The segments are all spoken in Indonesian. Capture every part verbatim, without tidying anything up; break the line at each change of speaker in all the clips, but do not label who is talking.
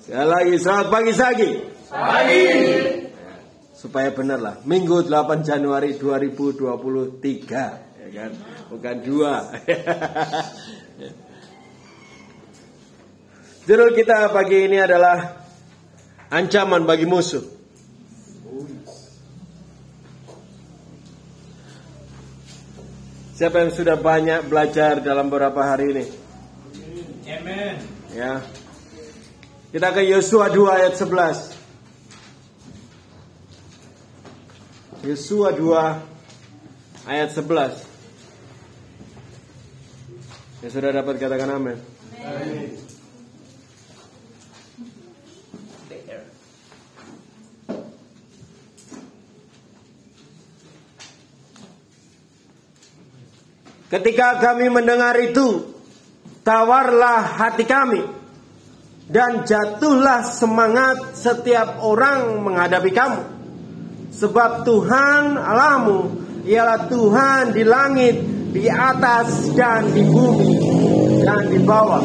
Sekali lagi, selamat pagi Sagi.
Pagi.
Supaya benar lah, Minggu delapan Januari dua ribu dua puluh tiga, ya kan? Bukan dua. Judul kita pagi ini adalah ancaman bagi musuh. Siapa yang sudah banyak belajar dalam beberapa hari ini?
Amen.
Ya. Kita ke Yosua dua ayat sebelas. Yosua dua ayat sebelas. Yang sudah dapat katakan amin.
Amen.
Ketika kami mendengar itu, tawarlah hati kami, dan jatuhlah semangat setiap orang menghadapi kamu. Sebab Tuhan Allahmu ialah Tuhan di langit, di atas dan di bumi dan di bawah.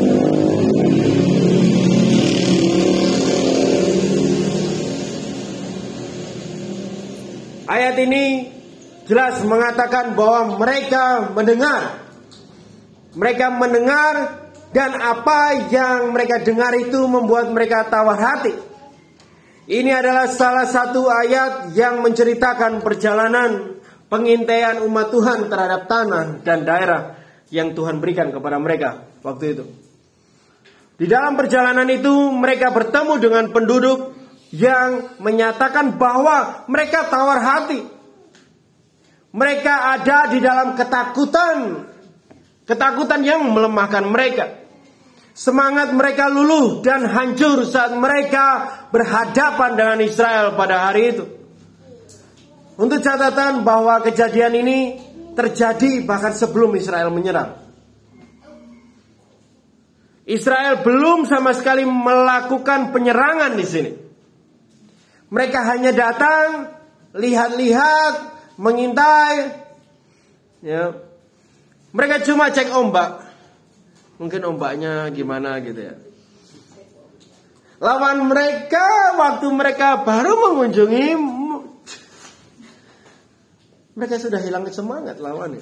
Ayat ini jelas mengatakan bahwa mereka mendengar. Mereka mendengar dan apa yang mereka dengar itu membuat mereka tawar hati. Ini adalah salah satu ayat yang menceritakan perjalanan pengintaian umat Tuhan terhadap tanah dan daerah yang Tuhan berikan kepada mereka waktu itu. Di dalam perjalanan itu mereka bertemu dengan penduduk yang menyatakan bahwa mereka tawar hati. Mereka ada di dalam ketakutan. Ketakutan yang melemahkan mereka. Semangat mereka luluh dan hancur saat mereka berhadapan dengan Israel pada hari itu. Untuk catatan bahwa kejadian ini terjadi bahkan sebelum Israel menyerang. Israel belum sama sekali melakukan penyerangan di sini. Mereka hanya datang, lihat-lihat, mengintai, ya. Mereka cuma cek ombak. Mungkin ombaknya gimana gitu ya. Lawan mereka waktu mereka baru mengunjungi, mereka sudah hilang semangat lawannya.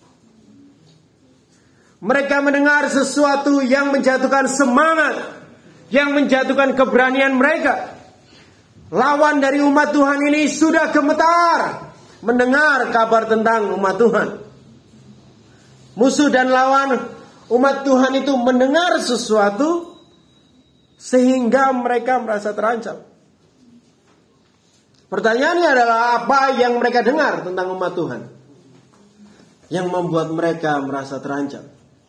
Mereka mendengar sesuatu yang menjatuhkan semangat, yang menjatuhkan keberanian mereka. Lawan dari umat Tuhan ini sudah gemetar mendengar kabar tentang umat Tuhan. Musuh dan lawan umat Tuhan itu mendengar sesuatu sehingga mereka merasa terancam. Pertanyaannya adalah apa yang mereka dengar tentang umat Tuhan yang membuat mereka merasa terancam.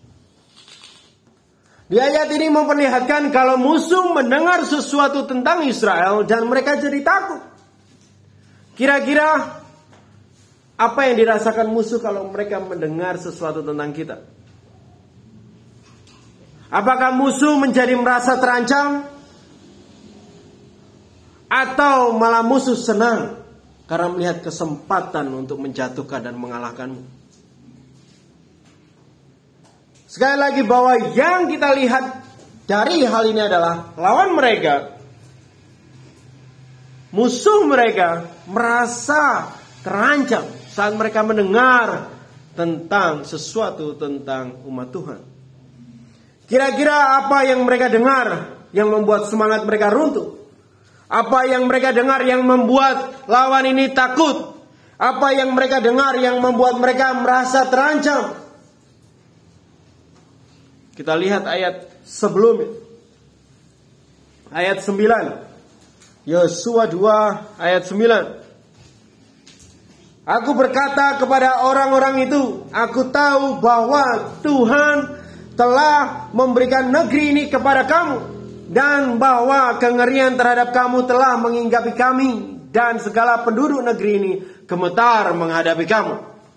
Di ayat ini memperlihatkan kalau musuh mendengar sesuatu tentang Israel dan mereka jadi takut. Kira-kira apa yang dirasakan musuh kalau mereka mendengar sesuatu tentang kita? Apakah musuh menjadi merasa terancam? Atau malah musuh senang karena melihat kesempatan untuk menjatuhkan dan mengalahkanmu? Sekali lagi bahwa yang kita lihat dari hal ini adalah lawan mereka, musuh mereka merasa terancam saat mereka mendengar tentang sesuatu tentang umat Tuhan. Kira-kira apa yang mereka dengar yang membuat semangat mereka runtuh? Apa yang mereka dengar yang membuat lawan ini takut? Apa yang mereka dengar yang membuat mereka merasa terancam? Kita lihat ayat sebelumnya. Ayat sembilan. Yosua dua ayat sembilan. Aku berkata kepada orang-orang itu, aku tahu bahwa Tuhan telah memberikan negeri ini kepada kamu, dan bahwa kengerian terhadap kamu telah menghinggapi kami, dan segala penduduk negeri ini gemetar menghadapi kamu.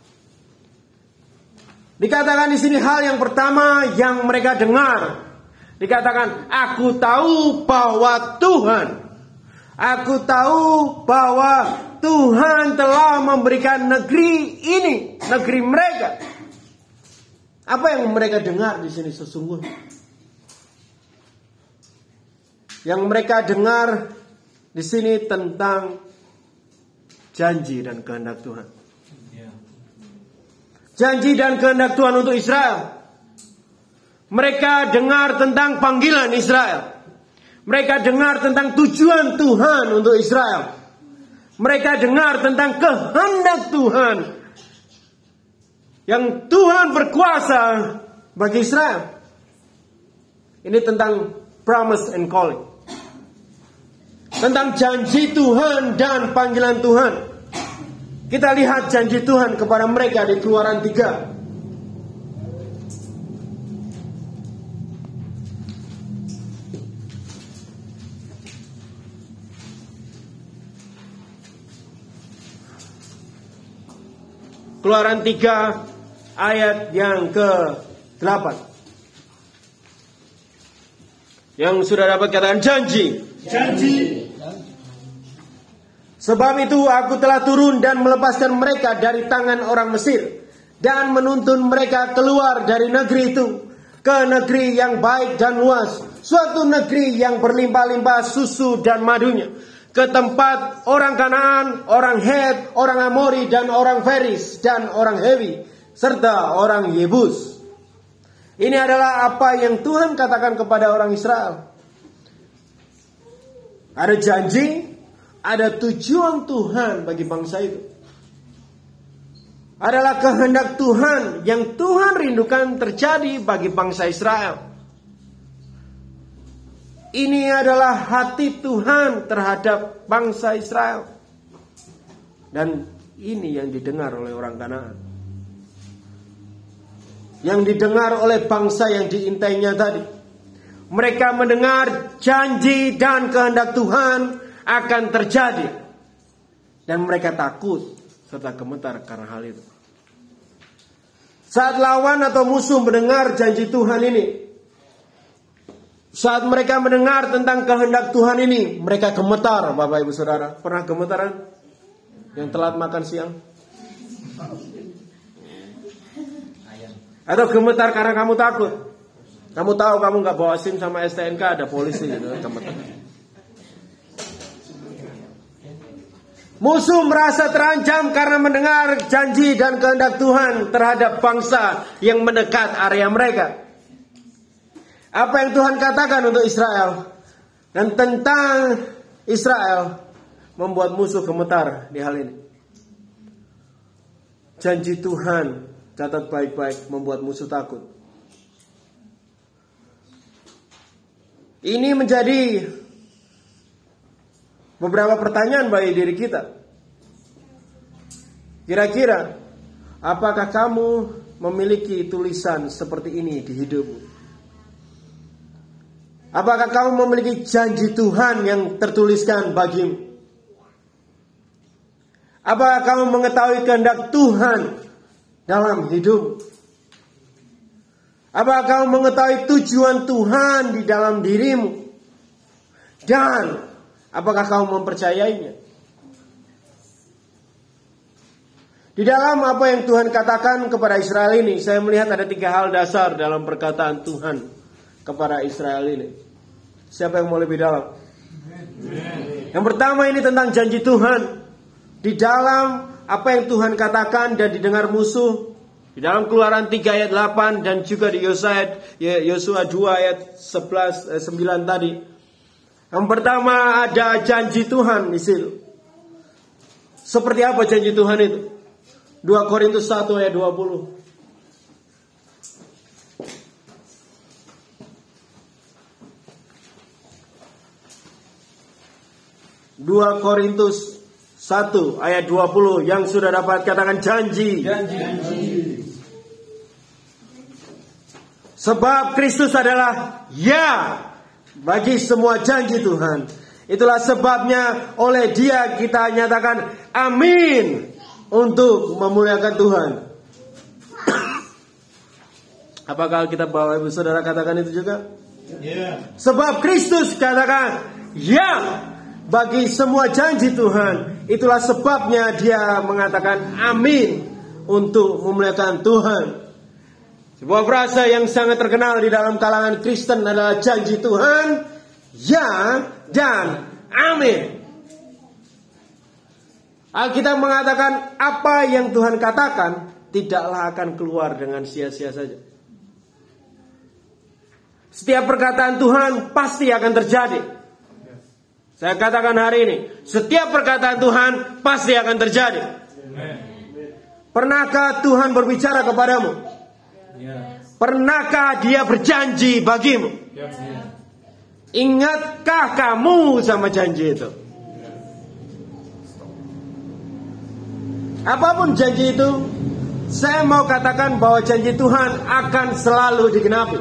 Dikatakan di sini hal yang pertama yang mereka dengar. Dikatakan, aku tahu bahwa Tuhan, aku tahu bahwa Tuhan telah memberikan negeri ini, negeri mereka. Apa yang mereka dengar di sini sesungguhnya? Yang mereka dengar di sini tentang janji dan kehendak Tuhan. Janji dan kehendak Tuhan untuk Israel. Mereka dengar tentang panggilan Israel. Mereka dengar tentang tujuan Tuhan untuk Israel. Mereka dengar tentang kehendak Tuhan. Yang Tuhan berkuasa bagi Israel. Ini tentang promise and calling. Tentang janji Tuhan dan panggilan Tuhan. Kita lihat janji Tuhan kepada mereka di Keluaran tiga. Keluaran tiga ayat yang ke delapan. Yang sudah dapat katakan janji.
Janji.
Sebab itu aku telah turun dan melepaskan mereka dari tangan orang Mesir dan menuntun mereka keluar dari negeri itu ke negeri yang baik dan luas, suatu negeri yang berlimpah-limpah susu dan madunya, ke tempat orang Kanaan, orang Het, orang Amori dan orang Feris dan orang Hewi serta orang Yebus. Ini adalah apa yang Tuhan katakan kepada orang Israel. Ada janji, ada tujuan Tuhan bagi bangsa itu. Adalah kehendak Tuhan yang Tuhan rindukan terjadi bagi bangsa Israel. Ini adalah hati Tuhan terhadap bangsa Israel. Dan ini yang didengar oleh orang Kanaan. Yang didengar oleh bangsa yang diintainya tadi. Mereka mendengar janji dan kehendak Tuhan akan terjadi. Dan mereka takut serta gemetar karena hal itu. Saat lawan atau musuh mendengar janji Tuhan ini, saat mereka mendengar tentang kehendak Tuhan ini, mereka gemetar, Bapak Ibu Saudara. Pernah gemetaran? Yang telat makan siang? Atau gemetar karena kamu takut? Kamu tahu kamu gak bawa SIM sama S T N K, ada polisi gitu, gemetar. Musuh merasa terancam karena mendengar janji dan kehendak Tuhan terhadap bangsa yang mendekat area mereka. Apa yang Tuhan katakan untuk Israel dan tentang Israel membuat musuh gemetar di hal ini. Janji Tuhan, catat baik-baik, membuat musuh takut. Ini menjadi beberapa pertanyaan bagi diri kita. Kira-kira, apakah kamu memiliki tulisan seperti ini di hidupmu? Apakah kamu memiliki janji Tuhan yang tertuliskan bagimu? Apakah kamu mengetahui kehendak Tuhan dalam hidup? Apakah kamu mengetahui tujuan Tuhan di dalam dirimu? Dan apakah kamu mempercayainya? Di dalam apa yang Tuhan katakan kepada Israel ini, saya melihat ada tiga hal dasar dalam perkataan Tuhan kepada Israel ini. Siapa yang mau lebih dalam? Yang pertama ini tentang janji Tuhan. Di dalam apa yang Tuhan katakan dan didengar musuh. Di dalam Keluaran tiga ayat delapan dan juga di Yosua dua ayat sebelas, sembilan tadi. Yang pertama ada janji Tuhan di situ. Seperti apa janji Tuhan itu? dua Korintus satu ayat dua puluh. dua Korintus satu ayat dua puluh yang sudah dapat katakan janji.
Janji. Janji.
Sebab Kristus adalah ya bagi semua janji Tuhan. Itulah sebabnya oleh Dia kita nyatakan amin untuk memuliakan Tuhan. Apakah kita Bapak Ibu Saudara katakan itu juga?
Yeah.
Sebab Kristus katakan ya bagi semua janji Tuhan. Itulah sebabnya Dia mengatakan amin untuk memuliakan Tuhan. Sebuah frasa yang sangat terkenal di dalam kalangan Kristen adalah janji Tuhan ya dan amin. Alkitab mengatakan apa yang Tuhan katakan tidaklah akan keluar dengan sia-sia saja. Setiap perkataan Tuhan pasti akan terjadi. Saya katakan hari ini, setiap perkataan Tuhan pasti akan terjadi. Pernahkah Tuhan berbicara kepadamu? Pernahkah Dia berjanji bagimu? Ingatkah kamu sama janji itu? Apapun janji itu, saya mau katakan bahwa janji Tuhan akan selalu digenapi.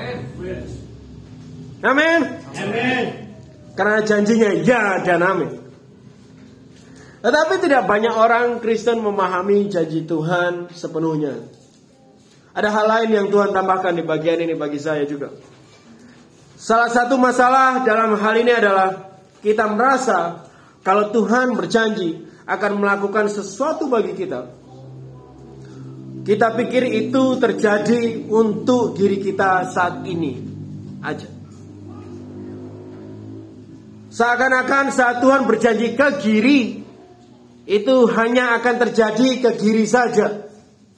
Amin.
Amin.
Karena janjinya ya dan amin. Tetapi tidak banyak orang Kristen memahami janji Tuhan sepenuhnya. Ada hal lain yang Tuhan tambahkan di bagian ini bagi saya juga. Salah satu masalah dalam hal ini adalah kita merasa kalau Tuhan berjanji akan melakukan sesuatu bagi kita, kita pikir itu terjadi untuk diri kita saat ini aja. Seakan-akan saat Tuhan berjanji ke Giri, itu hanya akan terjadi ke Giri saja.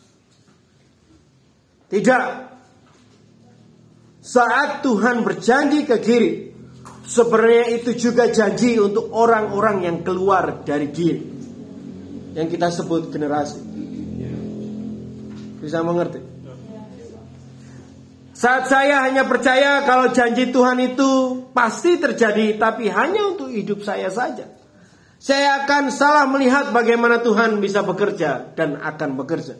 Tidak. Saat Tuhan berjanji ke Giri, sebenarnya itu juga janji untuk orang-orang yang keluar dari Giri, yang kita sebut generasi. Bisa mengerti? Saat saya hanya percaya kalau janji Tuhan itu pasti terjadi, tapi hanya untuk hidup saya saja, saya akan salah melihat bagaimana Tuhan bisa bekerja dan akan bekerja.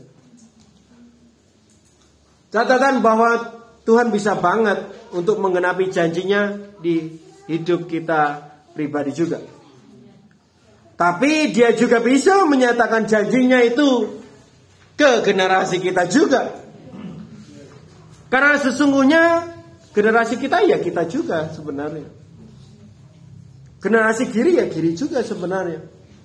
Catatan bahwa Tuhan bisa banget untuk menggenapi janjinya di hidup kita pribadi juga. Tapi Dia juga bisa menyatakan janjinya itu ke generasi kita juga. Karena sesungguhnya generasi kita ya kita juga sebenarnya. Generasi Giri ya Giri juga sebenarnya.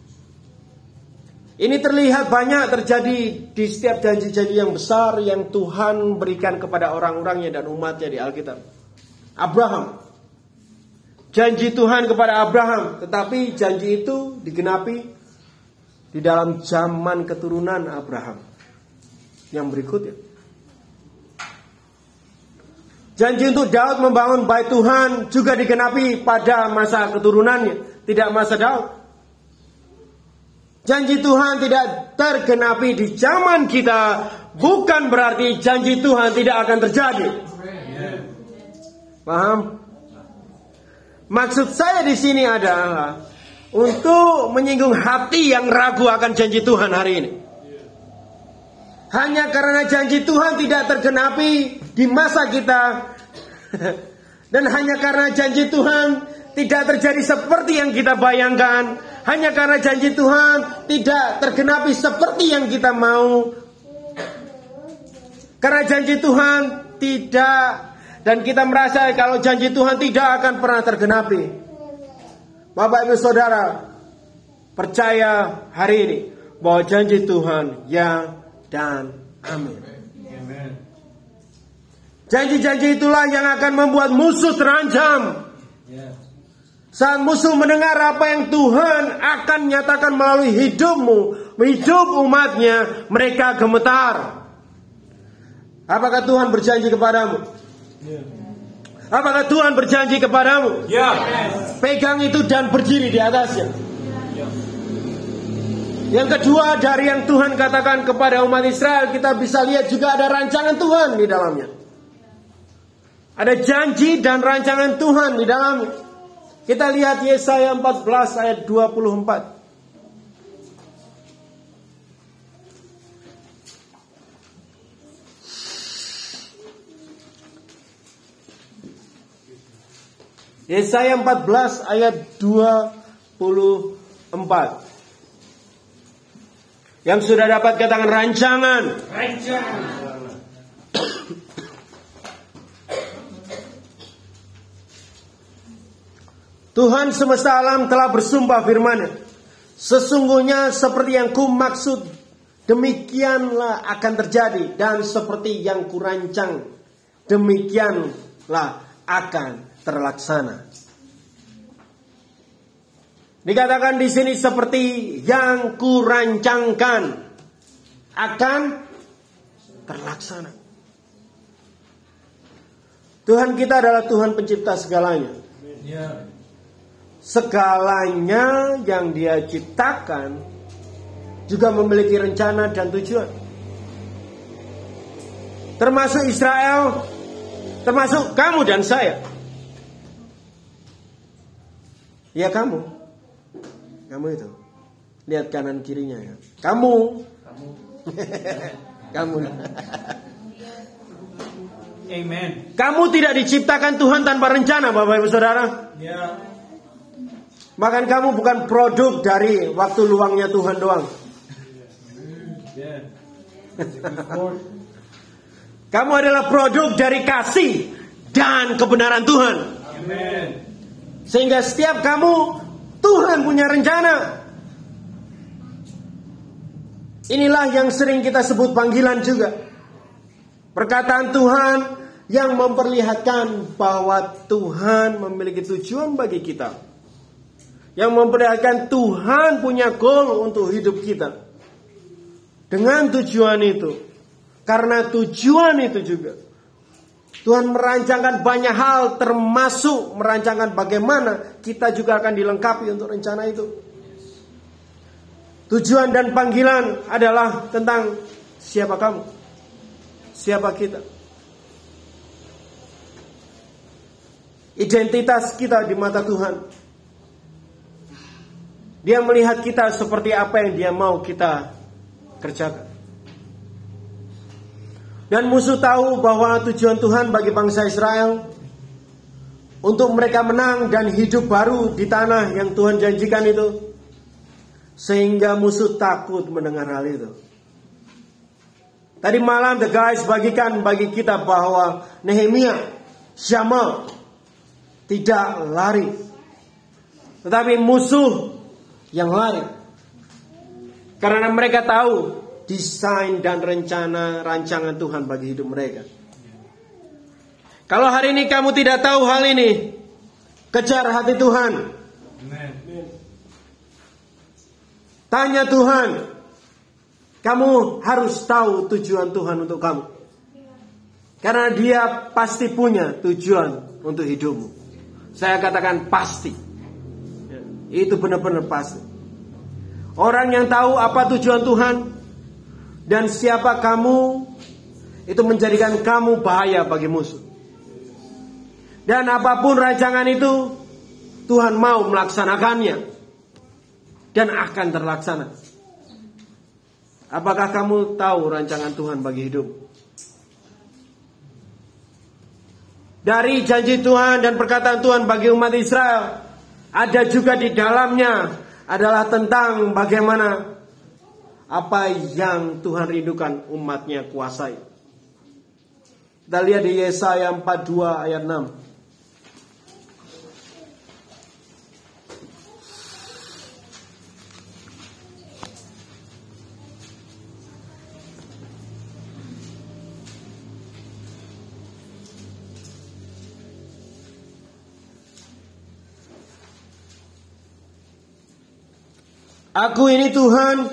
Ini terlihat banyak terjadi di setiap janji-janji yang besar yang Tuhan berikan kepada orang-orangnya dan umatnya di Alkitab. Abraham. Janji Tuhan kepada Abraham, tetapi janji itu digenapi di dalam zaman keturunan Abraham yang berikutnya. Janji untuk Daud membangun bait Tuhan juga digenapi pada masa keturunannya, tidak masa Daud. Janji Tuhan tidak tergenapi di zaman kita, bukan berarti janji Tuhan tidak akan terjadi. Paham? Maksud saya di sini adalah untuk menyinggung hati yang ragu akan janji Tuhan hari ini. Hanya karena janji Tuhan tidak tergenapi di masa kita, dan hanya karena janji Tuhan tidak terjadi seperti yang kita bayangkan, hanya karena janji Tuhan tidak tergenapi seperti yang kita mau, karena janji Tuhan tidak, dan kita merasa kalau janji Tuhan tidak akan pernah tergenapi. Bapak Ibu Saudara, percaya hari ini bahwa janji Tuhan ya dan amin. Janji-janji itulah yang akan membuat musuh terancam. Saat musuh mendengar apa yang Tuhan akan nyatakan melalui hidupmu, hidup umatnya, mereka gemetar. Apakah Tuhan berjanji kepadamu? Apakah Tuhan berjanji kepadamu?
Ya.
Pegang itu dan berdiri di atasnya. Yang kedua, dari yang Tuhan katakan kepada umat Israel, kita bisa lihat juga ada rancangan Tuhan di dalamnya. Ada janji dan rancangan Tuhan di dalamnya. Kita lihat Yesaya empat belas ayat dua puluh empat. Yesaya empat belas ayat dua puluh empat. Yang sudah dapat katakan rancangan.
Rancangan.
Tuhan semesta alam telah bersumpah firman-Nya, sesungguhnya seperti yang ku maksud, demikianlah akan terjadi, dan seperti yang ku rancang, demikianlah akan terlaksana. Dikatakan di sini seperti yang kurancangkan akan terlaksana. Tuhan kita adalah Tuhan pencipta segalanya. Segalanya yang Dia ciptakan juga memiliki rencana dan tujuan. Termasuk Israel, termasuk kamu dan saya. Ya kamu. Kamu itu. Lihat kanan kirinya ya. Kamu. Kamu. Kamu.
Amen.
Kamu tidak diciptakan Tuhan tanpa rencana, Bapak Ibu Saudara.
Ya.
Bahkan kamu bukan produk dari waktu luangnya Tuhan doang.
Ya.
Kamu adalah produk dari kasih dan kebenaran Tuhan.
Amen.
Sehingga setiap kamu, Tuhan punya rencana. Inilah yang sering kita sebut panggilan juga. Perkataan Tuhan yang memperlihatkan bahwa Tuhan memiliki tujuan bagi kita. Yang memperlihatkan Tuhan punya goal untuk hidup kita. Dengan tujuan itu. Karena tujuan itu juga Tuhan merancangkan banyak hal, termasuk merancangkan bagaimana kita juga akan dilengkapi untuk rencana itu. Tujuan dan panggilan adalah tentang siapa kamu, siapa kita. Identitas kita di mata Tuhan. Dia melihat kita seperti apa yang Dia mau kita kerjakan. Dan musuh tahu bahwa tujuan Tuhan bagi bangsa Israel untuk mereka menang dan hidup baru di tanah yang Tuhan janjikan itu. Sehingga musuh takut mendengar hal itu. Tadi malam the guys bagikan bagi kita bahwa Nehemia, Syama tidak lari, tetapi musuh yang lari. Karena mereka tahu desain dan rencana rancangan Tuhan bagi hidup mereka. Kalau hari ini kamu tidak tahu hal ini, kejar hati Tuhan.
Amen.
Tanya Tuhan. Kamu harus tahu tujuan Tuhan untuk kamu. Karena Dia pasti punya tujuan untuk hidupmu. Saya katakan pasti. Itu benar-benar pasti. Orang yang tahu apa tujuan Tuhan dan siapa kamu, itu menjadikan kamu bahaya bagi musuh. Dan apapun rancangan itu, Tuhan mau melaksanakannya. Dan akan terlaksana. Apakah kamu tahu rancangan Tuhan bagi hidup? Dari janji Tuhan dan perkataan Tuhan bagi umat Israel, ada juga di dalamnya adalah tentang bagaimana apa yang Tuhan rindukan umatnya kuasai. Kita lihat di Yesaya empat puluh dua ayat enam. Aku ini Tuhan.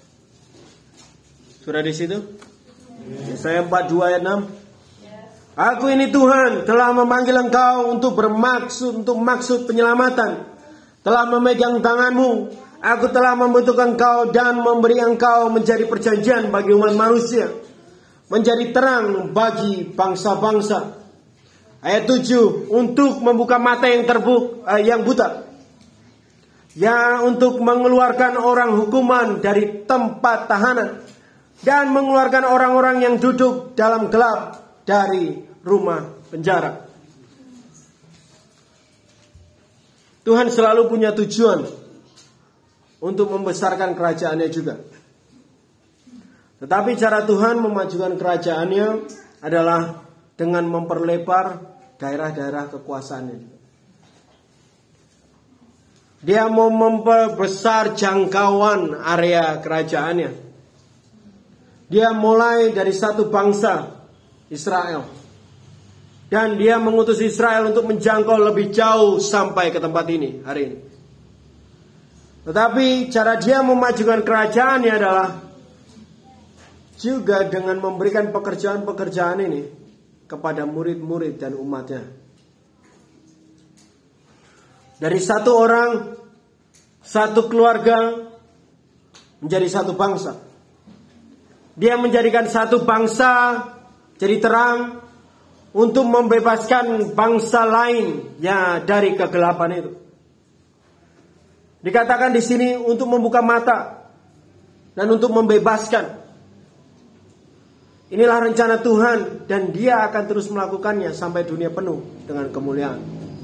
Sudah di situ? Yesaya empat puluh dua ayat enam. Aku ini Tuhan telah memanggil engkau untuk bermaksud, untuk maksud penyelamatan. Telah memegang tanganmu. Aku telah membentuk engkau dan memberi engkau menjadi perjanjian bagi umat manusia. Menjadi terang bagi bangsa-bangsa. Ayat tujuh. Untuk membuka mata yang terbuka, yang buta. Ya, untuk mengeluarkan orang hukuman dari tempat tahanan. Dan mengeluarkan orang-orang yang duduk dalam gelap dari rumah penjara. Tuhan selalu punya tujuan untuk membesarkan kerajaannya juga. Tetapi cara Tuhan memajukan kerajaannya adalah dengan memperlebar daerah-daerah kekuasaannya juga. Dia mau memperbesar jangkauan area kerajaannya. Dia mulai dari satu bangsa, Israel. Dan dia mengutus Israel untuk menjangkau lebih jauh sampai ke tempat ini hari ini. Tetapi cara dia memajukan kerajaannya adalah juga dengan memberikan pekerjaan-pekerjaan ini kepada murid-murid dan umatnya. Dari satu orang, satu keluarga menjadi satu bangsa. Dia menjadikan satu bangsa jadi terang untuk membebaskan bangsa lain ya dari kegelapan itu. Dikatakan di sini untuk membuka mata dan untuk membebaskan. Inilah rencana Tuhan dan Dia akan terus melakukannya sampai dunia penuh dengan kemuliaan.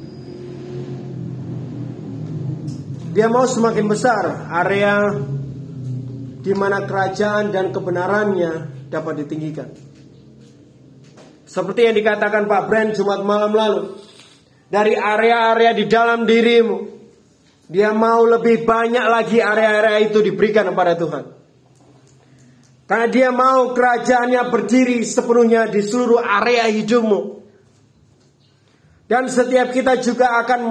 Dia mau semakin besar area di mana kerajaan dan kebenarannya dapat ditinggikan. Seperti yang dikatakan Pak Brand Jumat malam lalu, dari area-area di dalam dirimu, Dia mau lebih banyak lagi area-area itu diberikan kepada Tuhan. Karena Dia mau kerajaannya berdiri sepenuhnya di seluruh area hidupmu. Dan setiap kita juga akan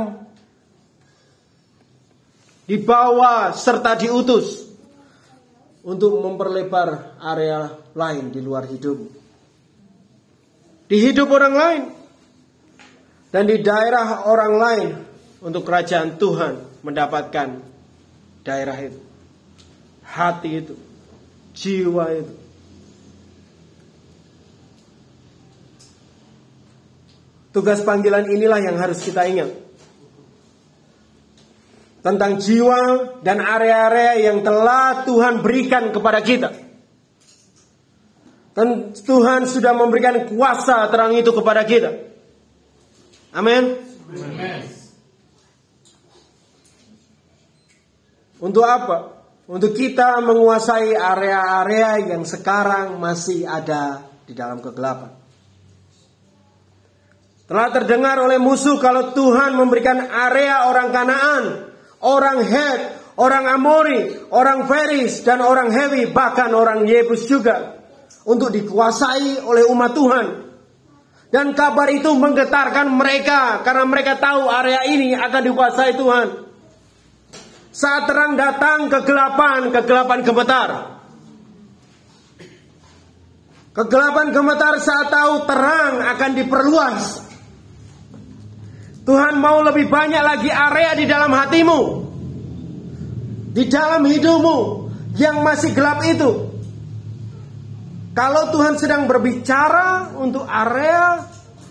dibawa serta diutus untuk memperlebar area lain di luar hidupmu. Di hidup orang lain. Dan di daerah orang lain. Untuk kerajaan Tuhan mendapatkan daerah itu. Hati itu. Jiwa itu. Tugas panggilan inilah yang harus kita ingat. Tentang jiwa dan area-area yang telah Tuhan berikan kepada kita. Dan Tuhan sudah memberikan kuasa terang itu kepada kita. Amin.
Amen.
Untuk apa? Untuk kita menguasai area-area yang sekarang masih ada di dalam kegelapan. Telah terdengar oleh musuh kalau Tuhan memberikan area orang Kanaan, orang Het, orang Amori, orang Feris, dan orang Hewi, bahkan orang Yebus juga, untuk dikuasai oleh umat Tuhan. Dan kabar itu menggetarkan mereka, karena mereka tahu area ini akan dikuasai Tuhan. Saat terang datang, kegelapan, kegelapan gemetar. Kegelapan gemetar saat tahu terang akan diperluas. Tuhan mau lebih banyak lagi area di dalam hatimu, di dalam hidupmu yang masih gelap itu. Kalau Tuhan sedang berbicara untuk area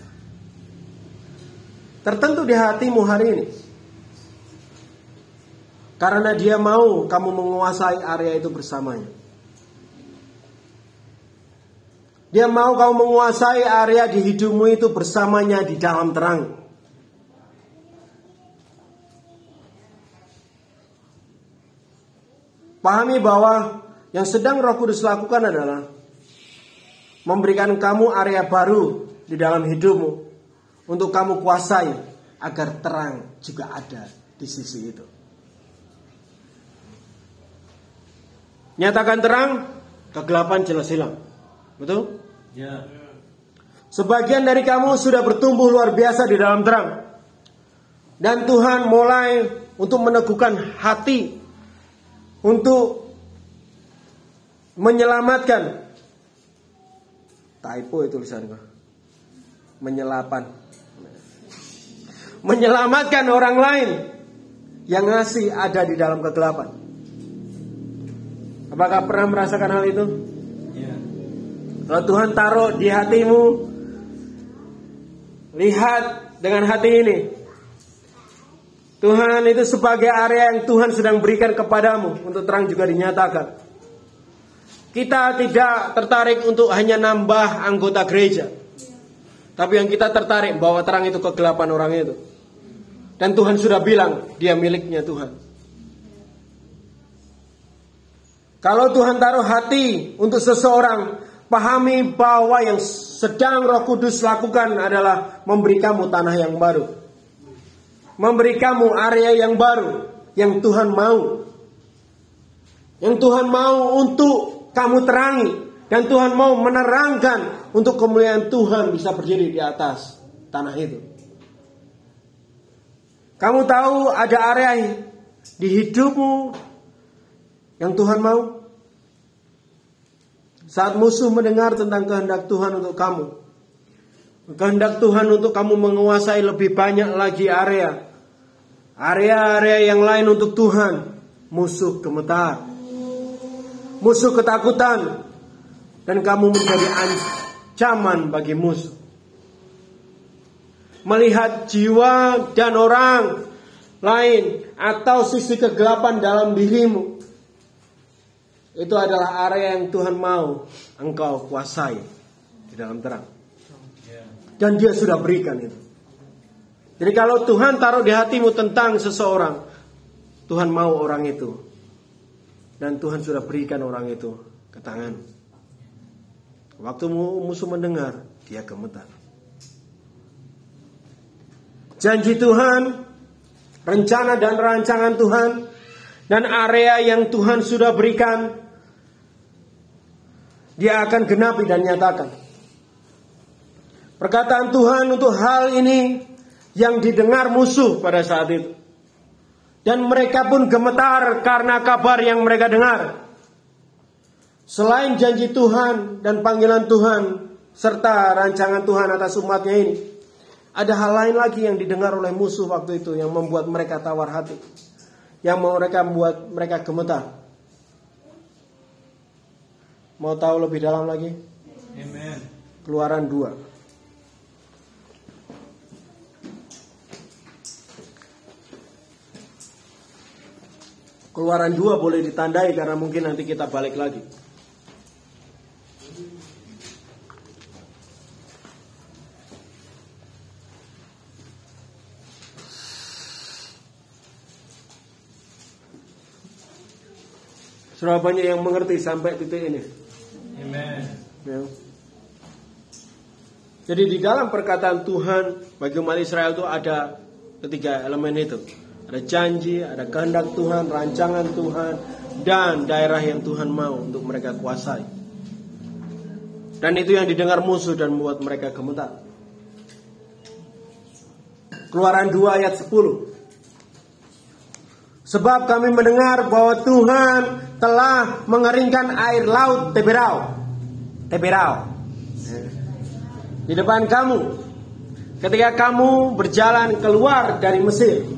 tertentu di hatimu hari ini, karena Dia mau kamu menguasai area itu bersamanya. Dia mau kamu menguasai area di hidupmu itu bersamanya di dalam terang. Pahami bahwa yang sedang Roh Kudus lakukan adalah memberikan kamu area baru di dalam hidupmu untuk kamu kuasai agar terang juga ada di sisi itu. Nyatakan terang, kegelapan jelas hilang. Betul?
Ya.
Sebagian dari kamu sudah bertumbuh luar biasa di dalam terang. Dan Tuhan mulai untuk meneguhkan hati, untuk menyelamatkan. Typo itu tulisanku. Menyelapan. Menyelamatkan orang lain yang masih ada di dalam kegelapan. Apakah pernah merasakan hal itu?
Ya.
Kalau Tuhan taruh di hatimu, lihat dengan hati ini. Tuhan itu sebagai area yang Tuhan sedang berikan kepadamu untuk terang juga dinyatakan. Kita tidak tertarik untuk hanya nambah anggota gereja, tapi yang kita tertarik bahwa terang itu kegelapan orang itu. Dan Tuhan sudah bilang dia miliknya Tuhan. Kalau Tuhan taruh hati untuk seseorang, pahami bahwa yang sedang Roh Kudus lakukan adalah memberi kamu tanah yang baru, memberi kamu area yang baru yang Tuhan mau, yang Tuhan mau untuk kamu terangi, dan Tuhan mau menerangkan untuk kemuliaan Tuhan bisa berdiri di atas tanah itu. Kamu tahu ada area di hidupmu yang Tuhan mau? Saat musuh mendengar tentang kehendak Tuhan untuk kamu, kehendak Tuhan untuk kamu menguasai lebih banyak lagi area, area-area yang lain untuk Tuhan, musuh gemetar, musuh ketakutan, dan kamu menjadi ancaman bagi musuh. Melihat jiwa dan orang lain atau sisi kegelapan dalam dirimu, itu adalah area yang Tuhan mau engkau kuasai di dalam terang. Dan Dia sudah berikan itu. Jadi kalau Tuhan taruh di hatimu tentang seseorang, Tuhan mau orang itu. Dan Tuhan sudah berikan orang itu ke tangan. Waktu musuh mendengar, dia gemetar. Janji Tuhan, rencana dan rancangan Tuhan, dan area yang Tuhan sudah berikan, Dia akan genapi dan nyatakan. Perkataan Tuhan untuk hal ini yang didengar musuh pada saat itu. Dan mereka pun gemetar karena kabar yang mereka dengar. Selain janji Tuhan dan panggilan Tuhan serta rancangan Tuhan atas umatnya ini, ada hal lain lagi yang didengar oleh musuh waktu itu yang membuat mereka tawar hati, yang mau mereka membuat mereka gemetar. Mau tahu lebih dalam lagi?
Amen.
Keluaran dua. Keluaran dua boleh ditandai karena mungkin nanti kita balik lagi. Sudah banyak yang mengerti sampai titik ini.
Amen.
Ya. Jadi di dalam perkataan Tuhan bagi umat Israel itu ada ketiga elemen itu. Ada janji, ada kehendak Tuhan, rancangan Tuhan, dan daerah yang Tuhan mau untuk mereka kuasai. Dan itu yang didengar musuh dan membuat mereka gemetar. Keluaran dua ayat sepuluh. Sebab kami mendengar bahwa Tuhan telah mengeringkan air laut Teberau. Teberau. Di depan kamu. Ketika kamu berjalan keluar dari Mesir.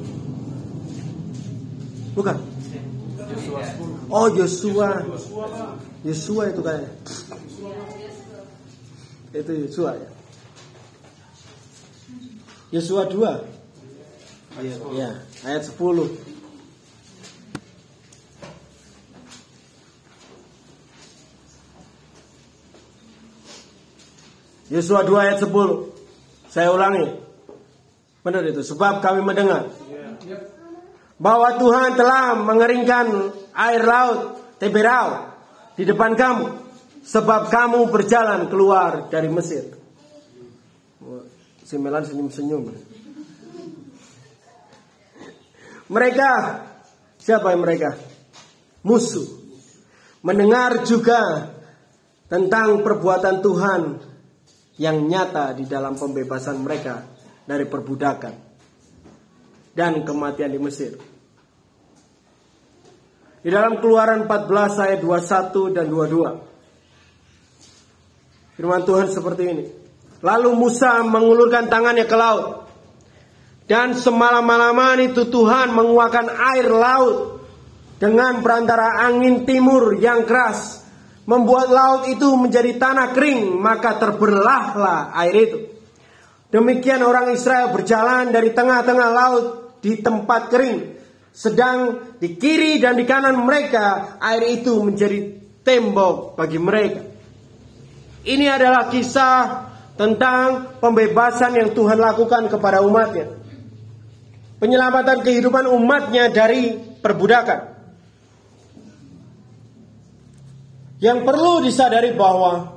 Bukan. Oh, Yosua. Yosua itu kayaknya. Itu Yosua ya. Yosua dua. Ya, ayat sepuluh. Yosua dua ayat sepuluh. Saya ulangi. Benar itu. Sebab kami mendengar bahwa Tuhan telah mengeringkan air laut Teberau di depan kamu, sebab kamu berjalan keluar dari Mesir. Si Melan senyum-senyum. Mereka, siapa yang mereka? Musuh. Mendengar juga tentang perbuatan Tuhan yang nyata di dalam pembebasan mereka dari perbudakan dan kematian di Mesir. Di dalam Keluaran empat belas ayat dua puluh satu dan dua puluh dua. Firman Tuhan seperti ini. Lalu Musa mengulurkan tangannya ke laut. Dan semalam-malaman itu Tuhan menguakkan air laut dengan perantara angin timur yang keras, membuat laut itu menjadi tanah kering, maka terbelahlah air itu. Demikian orang Israel berjalan dari tengah-tengah laut di tempat kering. Sedang di kiri dan di kanan mereka air itu menjadi tembok bagi mereka. Ini adalah kisah tentang pembebasan yang Tuhan lakukan kepada umatnya. Penyelamatan kehidupan umatnya dari perbudakan. Yang perlu disadari bahwa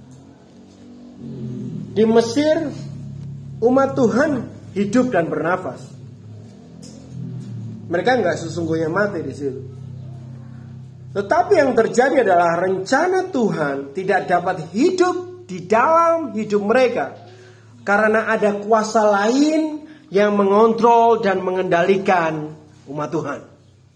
di Mesir umat Tuhan hidup dan bernafas. Mereka enggak sesungguhnya mati di situ. Tetapi yang terjadi adalah rencana Tuhan tidak dapat hidup di dalam hidup mereka karena ada kuasa lain yang mengontrol dan mengendalikan umat Tuhan.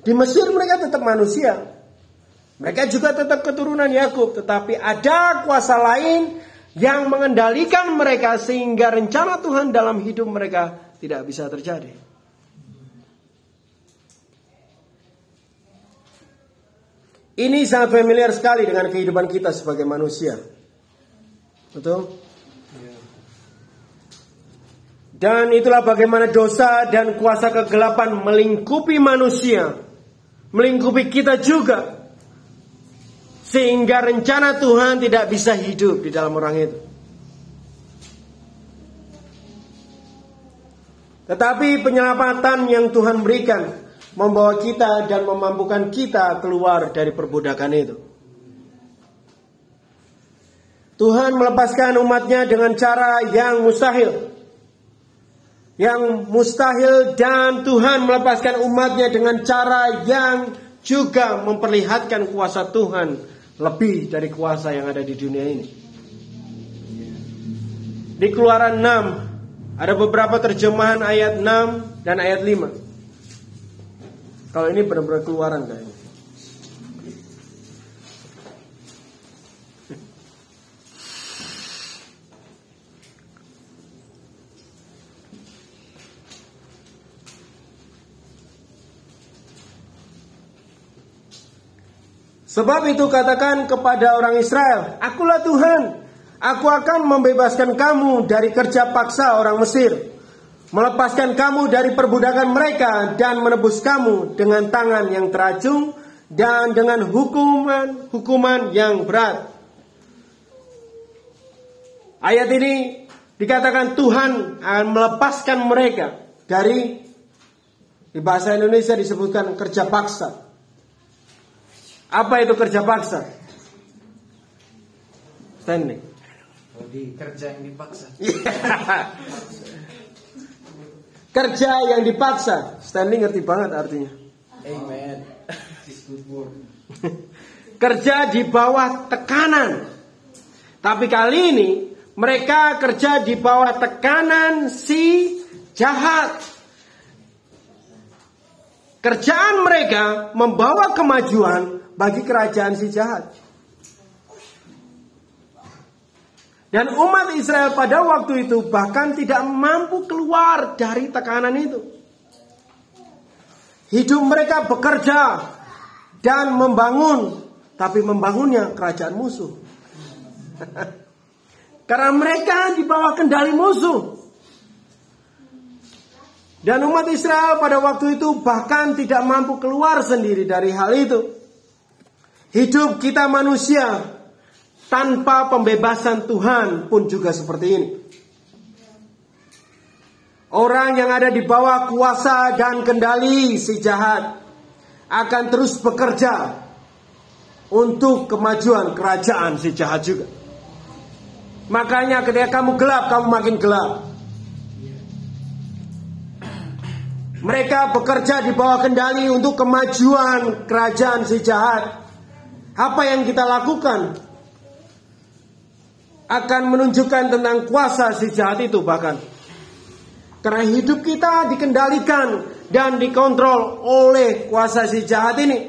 Di Mesir mereka tetap manusia. Mereka juga tetap keturunan Yakub, tetapi ada kuasa lain yang mengendalikan mereka sehingga rencana Tuhan dalam hidup mereka tidak bisa terjadi. Ini sangat familiar sekali dengan kehidupan kita sebagai manusia. Betul? Dan itulah bagaimana dosa dan kuasa kegelapan melingkupi manusia, melingkupi kita juga, sehingga rencana Tuhan tidak bisa hidup di dalam orang itu. Tetapi penyelamatan yang Tuhan berikan membawa kita dan memampukan kita keluar dari perbudakan itu. Tuhan melepaskan umatnya dengan cara yang mustahil. Yang mustahil, dan Tuhan melepaskan umatnya dengan cara yang juga memperlihatkan kuasa Tuhan lebih dari kuasa yang ada di dunia ini. Di Keluaran enam ada beberapa terjemahan ayat enam dan ayat lima. Kalau ini benar-benar Keluaran kayaknya. Sebab itu katakan kepada orang Israel, akulah Tuhan, aku akan membebaskan kamu dari kerja paksa orang Mesir, melepaskan kamu dari perbudakan mereka, dan menebus kamu dengan tangan yang teracung dan dengan hukuman-hukuman yang berat. Ayat ini dikatakan Tuhan akan melepaskan mereka dari, di bahasa Indonesia disebutkan kerja paksa. Apa itu kerja paksa? Stanley.
Oh, di kerja yang dipaksa.
Kerja yang dipaksa. Stanley ngerti banget artinya.
Amen.
Kerja di bawah tekanan. Tapi kali ini mereka kerja di bawah tekanan si jahat. Kerjaan mereka membawa kemajuan bagi kerajaan si jahat. Dan umat Israel pada waktu itu bahkan tidak mampu keluar dari tekanan itu. Hidup mereka bekerja dan membangun, tapi membangunnya kerajaan musuh. Karena mereka di bawah kendali musuh. Dan umat Israel pada waktu itu bahkan tidak mampu keluar sendiri dari hal itu. Hidup kita manusia tanpa pembebasan Tuhan pun juga seperti ini. Orang yang ada di bawah kuasa dan kendali si jahat akan terus bekerja untuk kemajuan kerajaan si jahat juga. Makanya ketika kamu gelap, kamu makin gelap. Mereka bekerja di bawah kendali untuk kemajuan kerajaan si jahat. Apa yang kita lakukan akan menunjukkan tentang kuasa si jahat itu bahkan. Karena hidup kita dikendalikan dan dikontrol oleh kuasa si jahat ini.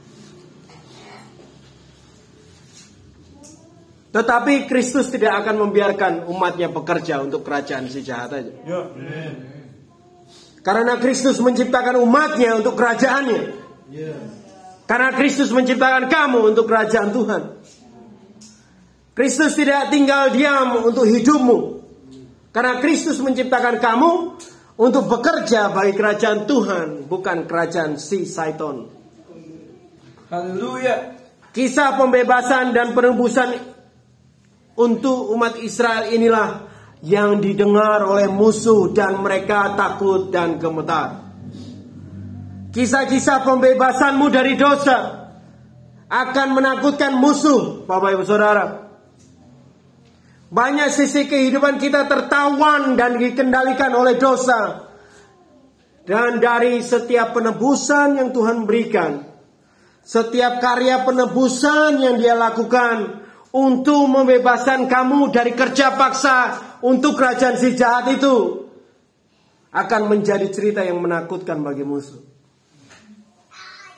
Tetapi Kristus tidak akan membiarkan umatnya bekerja untuk kerajaan si jahat aja.
Ya.
Karena Kristus menciptakan umatnya untuk kerajaannya.
Ya.
Karena Kristus menciptakan kamu untuk kerajaan Tuhan. Kristus tidak tinggal diam untuk hidupmu. Karena Kristus menciptakan kamu untuk bekerja bagi kerajaan Tuhan, bukan kerajaan si Satan.
Haleluya.
Kisah pembebasan dan penebusan untuk umat Israel inilah yang didengar oleh musuh dan mereka takut dan gemetar. Kisah-kisah pembebasanmu dari dosa akan menakutkan musuh, Bapak Ibu Saudara. Banyak sisi kehidupan kita tertawan dan dikendalikan oleh dosa. Dan dari setiap penebusan yang Tuhan berikan, setiap karya penebusan yang Dia lakukan untuk membebaskan kamu dari kerja paksa untuk kerajaan si jahat itu, akan menjadi cerita yang menakutkan bagi musuh.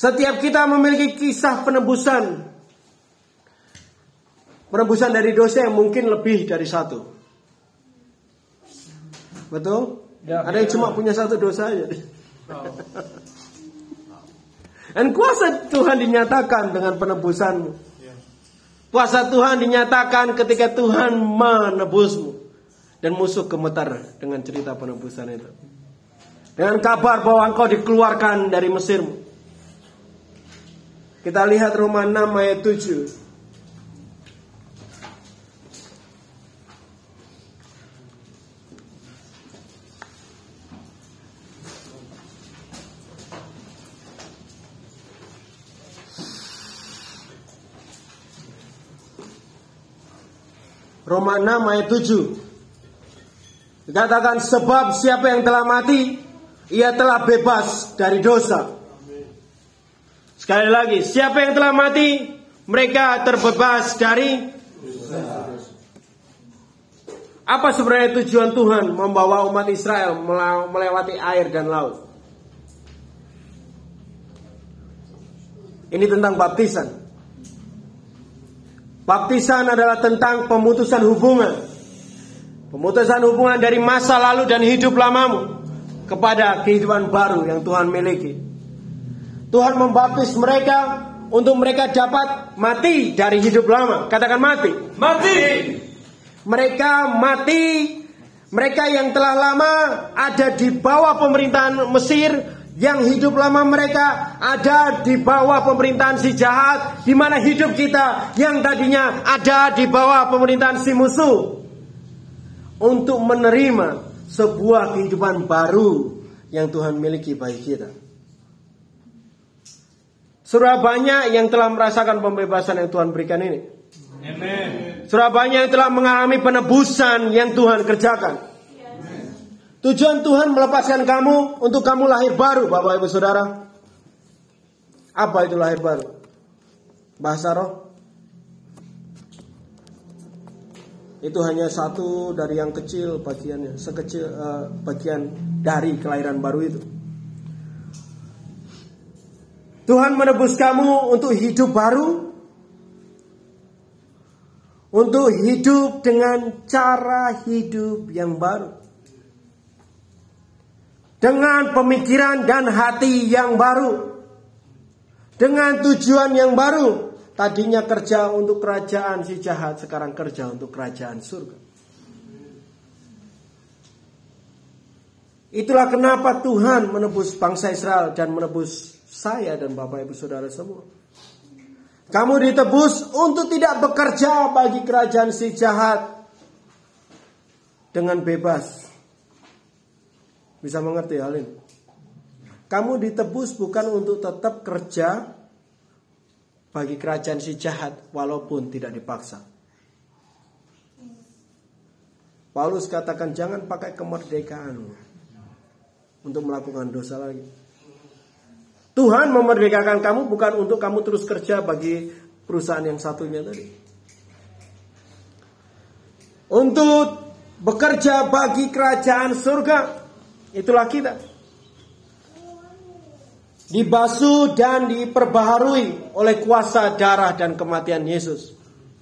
Setiap kita memiliki kisah penebusan. Penebusan dari dosa yang mungkin lebih dari satu. Betul? Ya, ada yang ya. Cuma punya satu dosa aja. Oh. Dan kuasa Tuhan dinyatakan dengan penebusanmu. Ya. Kuasa Tuhan dinyatakan ketika Tuhan menebusmu. Dan musuh gemetar dengan cerita penebusan itu. Dengan kabar bahwa engkau dikeluarkan dari Mesirmu. Kita lihat Roma enam ayat tujuh. Roma enam ayat tujuh. Dikatakan sebab siapa yang telah mati, ia telah bebas dari dosa. Sekali lagi, siapa yang telah mati, mereka terbebas dari dosa. Apa sebenarnya tujuan Tuhan membawa umat Israel melewati air dan laut? Ini tentang baptisan. Baptisan adalah tentang pemutusan hubungan. Pemutusan hubungan dari masa lalu dan hidup lamamu kepada kehidupan baru yang Tuhan miliki. Tuhan membaptis mereka untuk mereka dapat mati dari hidup lama. Katakan mati.
Mati.
Mereka mati. Mereka yang telah lama ada di bawah pemerintahan Mesir. Yang hidup lama mereka ada di bawah pemerintahan si jahat. Di mana hidup kita yang tadinya ada di bawah pemerintahan si musuh. Untuk menerima sebuah kehidupan baru yang Tuhan miliki bagi kita. Surah banyak yang telah merasakan pembebasan yang Tuhan berikan ini.
Amen.
Surah banyak yang telah mengalami penebusan yang Tuhan kerjakan. Tujuan Tuhan melepaskan kamu untuk kamu lahir baru, Bapak Ibu Saudara. Apa itu lahir baru? Bahasa roh. Itu hanya satu dari yang kecil bagiannya, sekecil uh, bagian dari kelahiran baru itu. Tuhan menebus kamu untuk hidup baru, untuk hidup dengan cara hidup yang baru, dengan pemikiran dan hati yang baru, dengan tujuan yang baru. Tadinya kerja untuk kerajaan si jahat, sekarang kerja untuk kerajaan surga. Itulah kenapa Tuhan menebus bangsa Israel dan menebus saya dan Bapak Ibu Saudara semua. Kamu ditebus untuk tidak bekerja bagi kerajaan si jahat dengan bebas. Bisa mengerti hal ini? Kamu ditebus bukan untuk tetap kerja bagi kerajaan si jahat walaupun tidak dipaksa. Paulus katakan jangan pakai kemerdekaanmu untuk melakukan dosa lagi. Tuhan memerdekakan kamu bukan untuk kamu terus kerja bagi perusahaan yang satunya tadi. Untuk bekerja bagi kerajaan surga. Itulah kita. Dibasuh dan diperbaharui oleh kuasa darah dan kematian Yesus.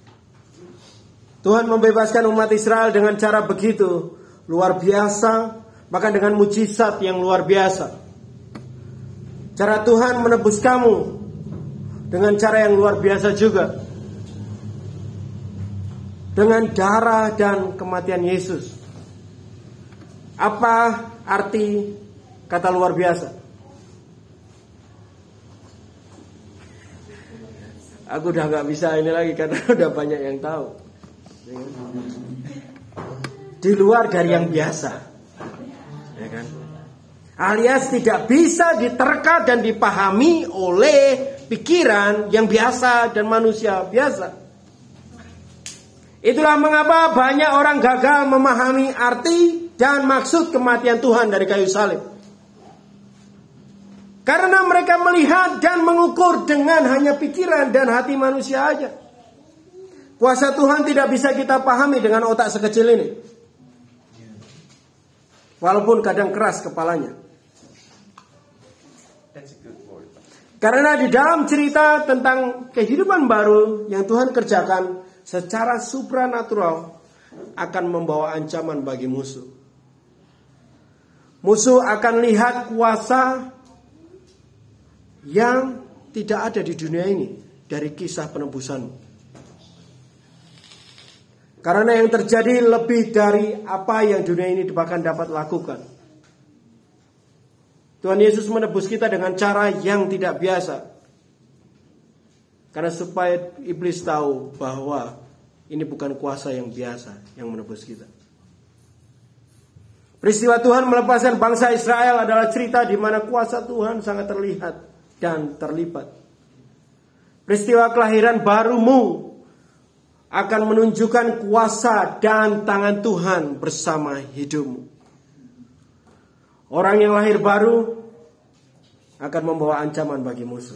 Tuhan membebaskan umat Israel dengan cara begitu luar biasa, bahkan dengan mujizat yang luar biasa. Cara Tuhan menebus kamu dengan cara yang luar biasa juga. Dengan darah dan kematian Yesus. Apa arti kata luar biasa? Aku udah gak bisa ini lagi karena udah banyak yang tahu. Di luar dari yang biasa, ya kan? Alias tidak bisa diterka dan dipahami oleh pikiran yang biasa dan manusia biasa. Itulah mengapa banyak orang gagal memahami arti dan maksud kematian Tuhan dari kayu salib. Karena mereka melihat dan mengukur dengan hanya pikiran dan hati manusia aja. Kuasa Tuhan tidak bisa kita pahami dengan otak sekecil ini. Walaupun kadang keras kepalanya. Karena di dalam cerita tentang kehidupan baru yang Tuhan kerjakan secara supranatural akan membawa ancaman bagi musuh. Musuh akan lihat kuasa yang tidak ada di dunia ini dari kisah penebusan. Karena yang terjadi lebih dari apa yang dunia ini bahkan dapat lakukan. Tuhan Yesus menebus kita dengan cara yang tidak biasa. Karena supaya iblis tahu bahwa ini bukan kuasa yang biasa yang menebus kita. Peristiwa Tuhan melepaskan bangsa Israel adalah cerita di mana kuasa Tuhan sangat terlihat dan terlibat. Peristiwa kelahiran barumu akan menunjukkan kuasa dan tangan Tuhan bersama hidupmu. Orang yang lahir baru akan membawa ancaman bagi musuh.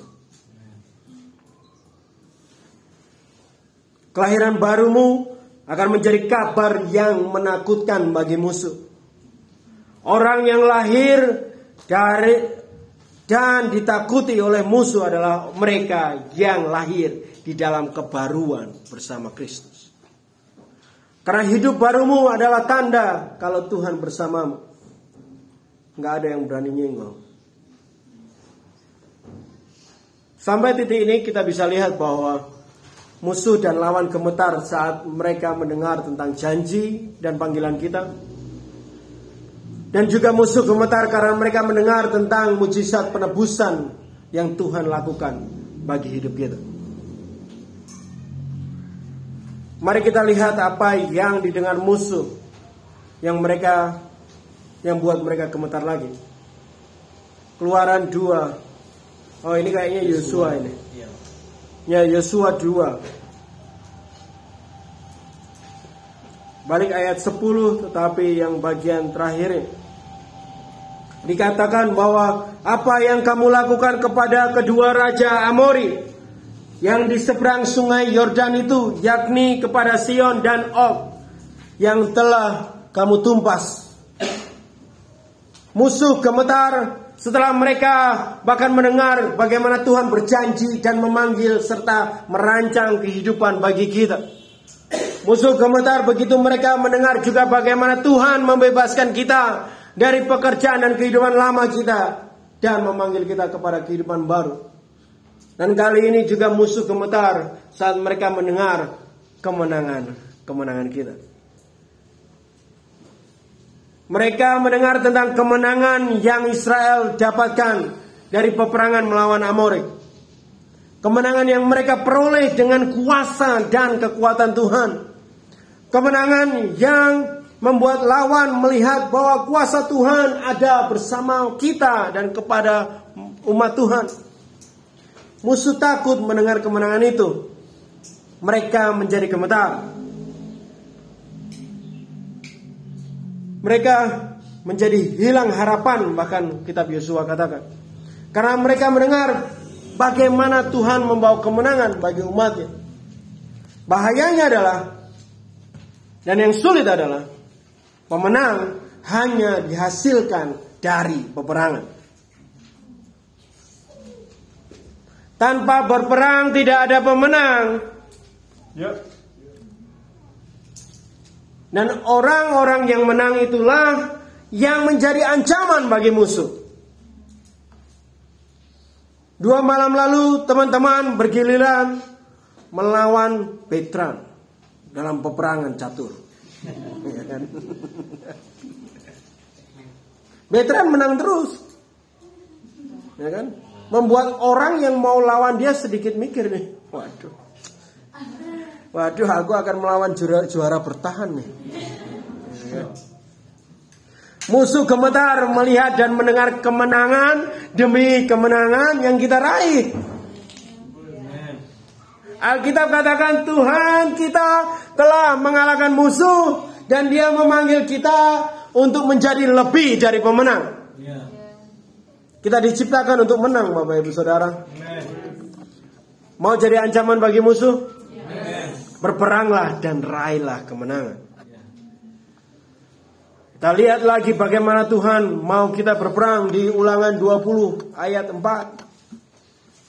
Kelahiran barumu akan menjadi kabar yang menakutkan bagi musuh. Orang yang lahir dari dan ditakuti oleh musuh adalah mereka yang lahir di dalam kebaruan bersama Kristus. Karena hidup barumu adalah tanda kalau Tuhan bersamamu. Nggak ada yang berani nyenggol. Sampai titik ini kita bisa lihat bahwa musuh dan lawan gemetar saat mereka mendengar tentang janji dan panggilan kita. Dan juga musuh gemetar karena mereka mendengar tentang mujizat penebusan yang Tuhan lakukan bagi hidup kita. Mari kita lihat apa yang didengar musuh yang mereka yang buat mereka gemetar lagi. Keluaran dua. Oh, ini kayaknya Yosua ini. Ya, Yosua dua. Balik ayat sepuluh, tetapi yang bagian terakhir dikatakan bahwa apa yang kamu lakukan kepada kedua raja Amori yang di seberang sungai Yordan itu, yakni kepada Sion dan Og, yang telah kamu tumpas. Musuh gemetar setelah mereka bahkan mendengar bagaimana Tuhan berjanji dan memanggil serta merancang kehidupan bagi kita. Musuh gemetar begitu mereka mendengar juga bagaimana Tuhan membebaskan kita dari pekerjaan dan kehidupan lama kita dan memanggil kita kepada kehidupan baru. Dan kali ini juga musuh gemetar saat mereka mendengar kemenangan kemenangan kita. Mereka mendengar tentang kemenangan yang Israel dapatkan dari peperangan melawan Amorik. Kemenangan yang mereka peroleh dengan kuasa dan kekuatan Tuhan. Kemenangan yang membuat lawan melihat bahwa kuasa Tuhan ada bersama kita dan kepada umat Tuhan. Musuh takut mendengar kemenangan itu. Mereka menjadi gemetar. Mereka menjadi hilang harapan, bahkan kitab Yosua katakan. Karena mereka mendengar bagaimana Tuhan membawa kemenangan bagi umatnya. Bahayanya adalah, dan yang sulit adalah, pemenang hanya dihasilkan dari peperangan. Tanpa berperang tidak ada pemenang. Ya. Dan orang-orang yang menang itulah yang menjadi ancaman bagi musuh. Dua malam lalu teman-teman bergiliran melawan Betran dalam peperangan catur. Ya kan? Betran menang terus. Ya kan? Membuat orang yang mau lawan dia sedikit mikir nih. Waduh. Waduh, aku akan melawan juara, juara bertahan nih. Ya. Musuh gemetar melihat dan mendengar kemenangan demi kemenangan yang kita raih. Alkitab katakan Tuhan kita telah mengalahkan musuh dan Dia memanggil kita untuk menjadi lebih dari pemenang. Kita diciptakan untuk menang, Bapak Ibu Saudara. Mau jadi ancaman bagi musuh? Berperanglah dan raihlah kemenangan. Kita lihat lagi bagaimana Tuhan mau kita berperang di Ulangan dua puluh ayat empat.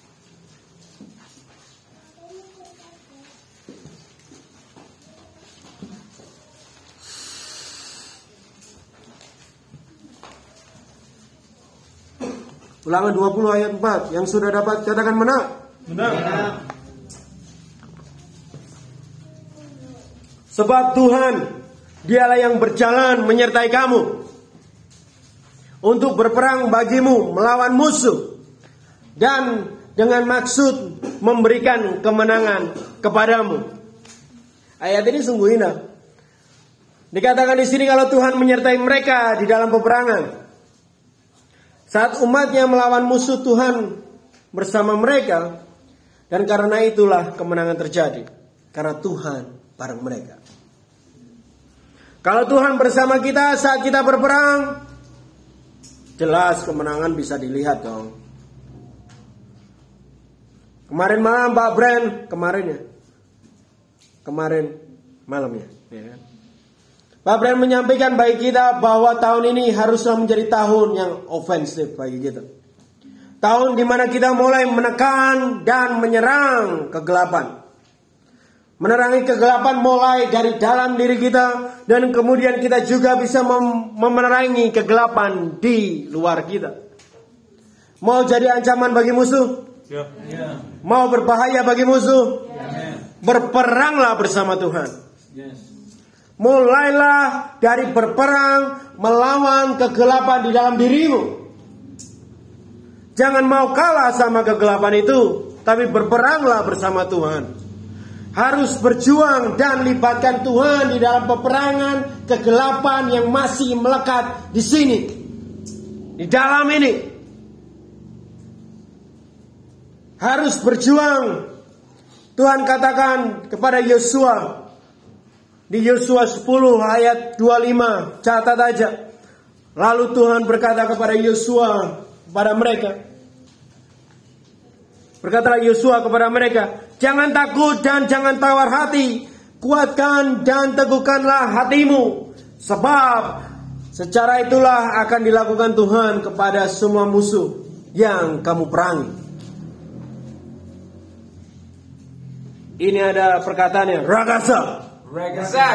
Ulangan dua puluh ayat empat. Yang sudah dapat katakan menang.
Menang.
Sebab Tuhan, Dialah yang berjalan menyertai kamu untuk berperang bagimu melawan musuh, dan dengan maksud memberikan kemenangan kepadamu. Ayat ini sungguh indah. Dikatakan di sini kalau Tuhan menyertai mereka di dalam peperangan. Saat umatnya melawan musuh, Tuhan bersama mereka, dan karena itulah kemenangan terjadi. Karena Tuhan bareng mereka. Kalau Tuhan bersama kita saat kita berperang, jelas kemenangan bisa dilihat dong. Kemarin malam Pak Bren, kemarin ya, kemarin malamnya, ya kan? Pak Bren menyampaikan bagi kita bahwa tahun ini haruslah menjadi tahun yang ofensif bagi kita. Tahun di mana kita mulai menekan dan menyerang kegelapan. Menerangi kegelapan mulai dari dalam diri kita, dan kemudian kita juga bisa mem- memerangi kegelapan di luar kita. Mau jadi ancaman bagi musuh?
Ya. Ya.
Mau berbahaya bagi musuh?
Ya.
Berperanglah bersama Tuhan.
Yes.
Mulailah dari berperang melawan kegelapan di dalam dirimu. Jangan mau kalah sama kegelapan itu, tapi berperanglah bersama Tuhan. Harus berjuang dan libatkan Tuhan di dalam peperangan kegelapan yang masih melekat di sini, di dalam ini. Harus berjuang. Tuhan katakan kepada Yosua di Yosua sepuluh ayat dua puluh lima, catat aja. Lalu Tuhan berkata kepada Yosua, kepada mereka, berkatalah Yosua kepada mereka, jangan takut dan jangan tawar hati, kuatkan dan teguhkanlah hatimu, sebab secara itulah akan dilakukan Tuhan kepada semua musuh yang kamu perangi. Ini ada perkataannya, ragasa.
Ragasa.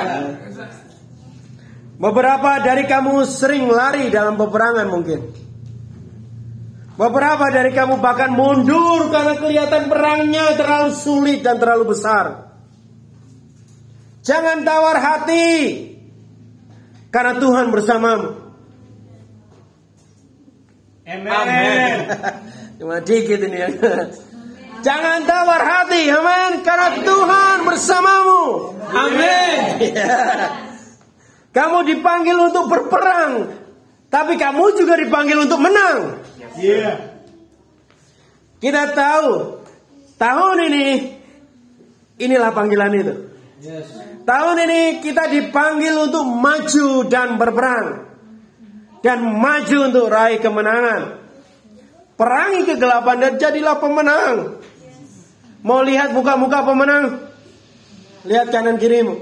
Beberapa dari kamu sering lari dalam peperangan mungkin. Beberapa dari kamu bahkan mundur karena kelihatan perangnya terlalu sulit dan terlalu besar. Jangan tawar hati, karena Tuhan bersamamu.
Amen.
Cuma dikit ini ya. Jangan tawar hati, amin, karena Tuhan bersamamu. Amin. Kamu dipanggil untuk berperang, tapi kamu juga dipanggil untuk menang.
Yeah.
Kita tahu tahun ini inilah panggilan itu.
Yes.
Tahun ini kita dipanggil untuk maju dan berperang, dan maju untuk raih kemenangan. Perangi kegelapan dan jadilah pemenang. Mau lihat muka-muka pemenang? Lihat kanan kirimu.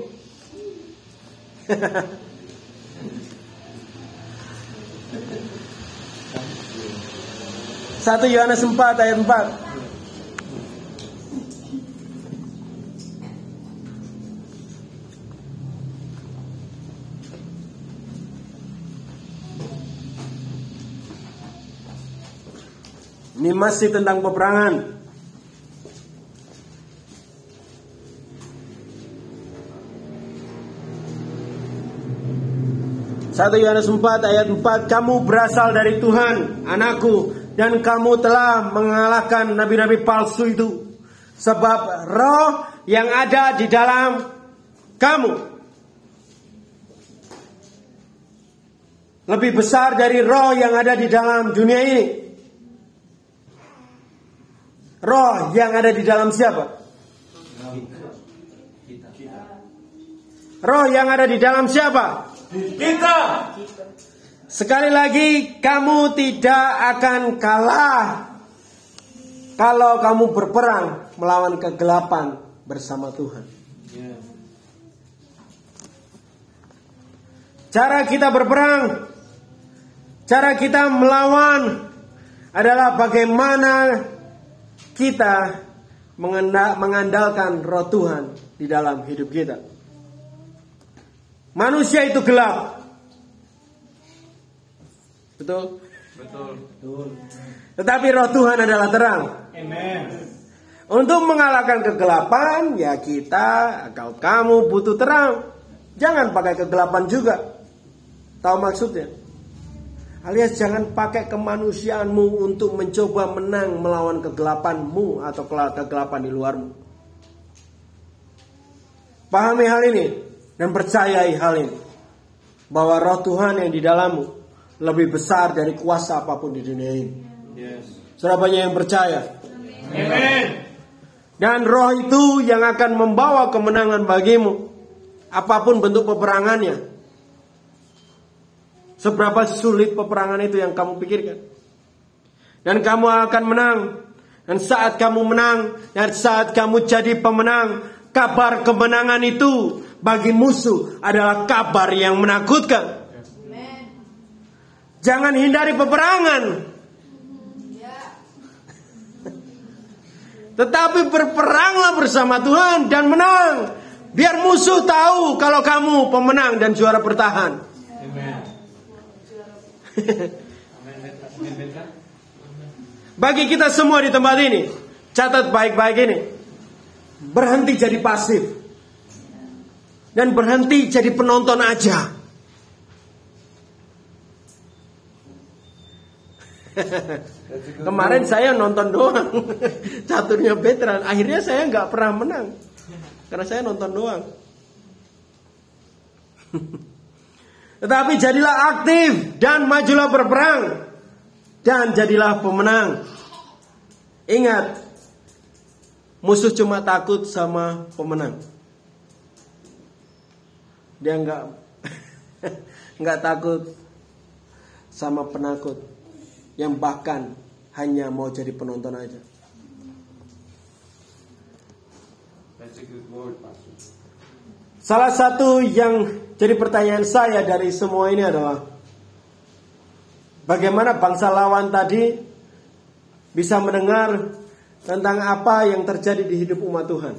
satu Yohanes empat ayat empat. Ini masih tentang peperangan. satu Yohanes empat ayat empat, kamu berasal dari Tuhan, anakku, dan kamu telah mengalahkan nabi-nabi palsu itu, sebab roh yang ada di dalam kamu lebih besar dari roh yang ada di dalam dunia ini. Roh yang ada di dalam siapa? Roh yang ada di dalam siapa?
Kita.
Sekali lagi, kamu tidak akan kalah kalau kamu berperang melawan kegelapan bersama Tuhan.
Yeah.
Cara kita berperang, cara kita melawan adalah bagaimana kita mengandalkan roh Tuhan di dalam hidup kita. Manusia itu gelap. Betul?
Betul.
Tetapi roh Tuhan adalah terang.
Amen.
Untuk mengalahkan kegelapan, ya kita, kau kamu butuh terang. Jangan pakai kegelapan juga. Tahu maksudnya? Alias jangan pakai kemanusiaanmu untuk mencoba menang melawan kegelapanmu atau kegelapan di luarmu. Pahami hal ini dan percayai hal ini. Bahwa roh Tuhan yang di dalammu lebih besar dari kuasa apapun di dunia ini.
Yes.
Saudara banyak yang percaya.
Amen.
Dan roh itu yang akan membawa kemenangan bagimu. Apapun bentuk peperangannya. Seberapa sulit peperangan itu yang kamu pikirkan. Dan kamu akan menang. Dan saat kamu menang, dan saat kamu jadi pemenang, kabar kemenangan itu bagi musuh adalah kabar yang menakutkan. Jangan hindari peperangan. Tetapi berperanglah bersama Tuhan dan menang. Biar musuh tahu kalau kamu pemenang dan juara bertahan.
Amen.
Bagi kita semua di tempat ini, catat baik-baik ini. Berhenti jadi pasif. Dan berhenti jadi penonton aja. Kemarin saya nonton doang caturnya veteran. Akhirnya saya nggak pernah menang karena saya nonton doang. Tetapi jadilah aktif dan majulah berperang dan jadilah pemenang. Ingat, musuh cuma takut sama pemenang. Dia nggak nggak takut sama penakut yang bahkan hanya mau jadi penonton aja.
That's a good word, Pastor.
Salah satu yang jadi pertanyaan saya dari semua ini adalah bagaimana bangsa lawan tadi bisa mendengar tentang apa yang terjadi di hidup umat Tuhan.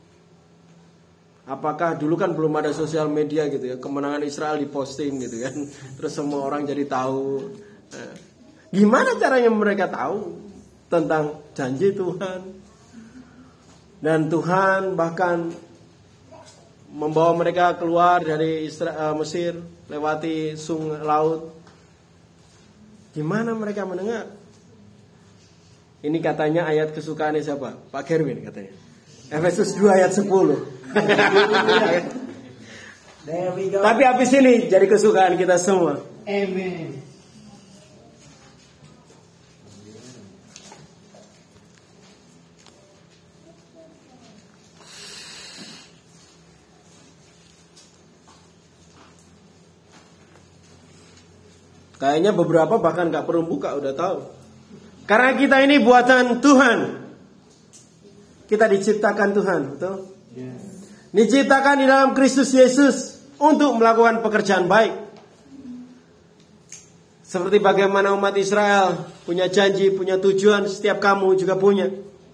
Apakah dulu kan belum ada sosial media gitu ya, kemenangan Israel diposting gitu kan, terus semua orang jadi tahu. Nah, gimana caranya mereka tahu tentang janji Tuhan? Dan Tuhan bahkan membawa mereka keluar dari Isra- Mesir lewati sungai laut. Gimana mereka mendengar? Ini katanya ayat kesukaannya siapa? Pak Gerwin katanya. Efesus dua ayat sepuluh.
There we go.
Tapi habis ini jadi kesukaan kita semua.
Amen.
Kayaknya beberapa bahkan gak perlu buka, udah tahu. Karena kita ini buatan Tuhan. Kita diciptakan Tuhan, betul?
Yes.
Diciptakan di dalam Kristus Yesus untuk melakukan pekerjaan baik. Seperti bagaimana umat Israel punya janji, punya tujuan, setiap kamu juga punya.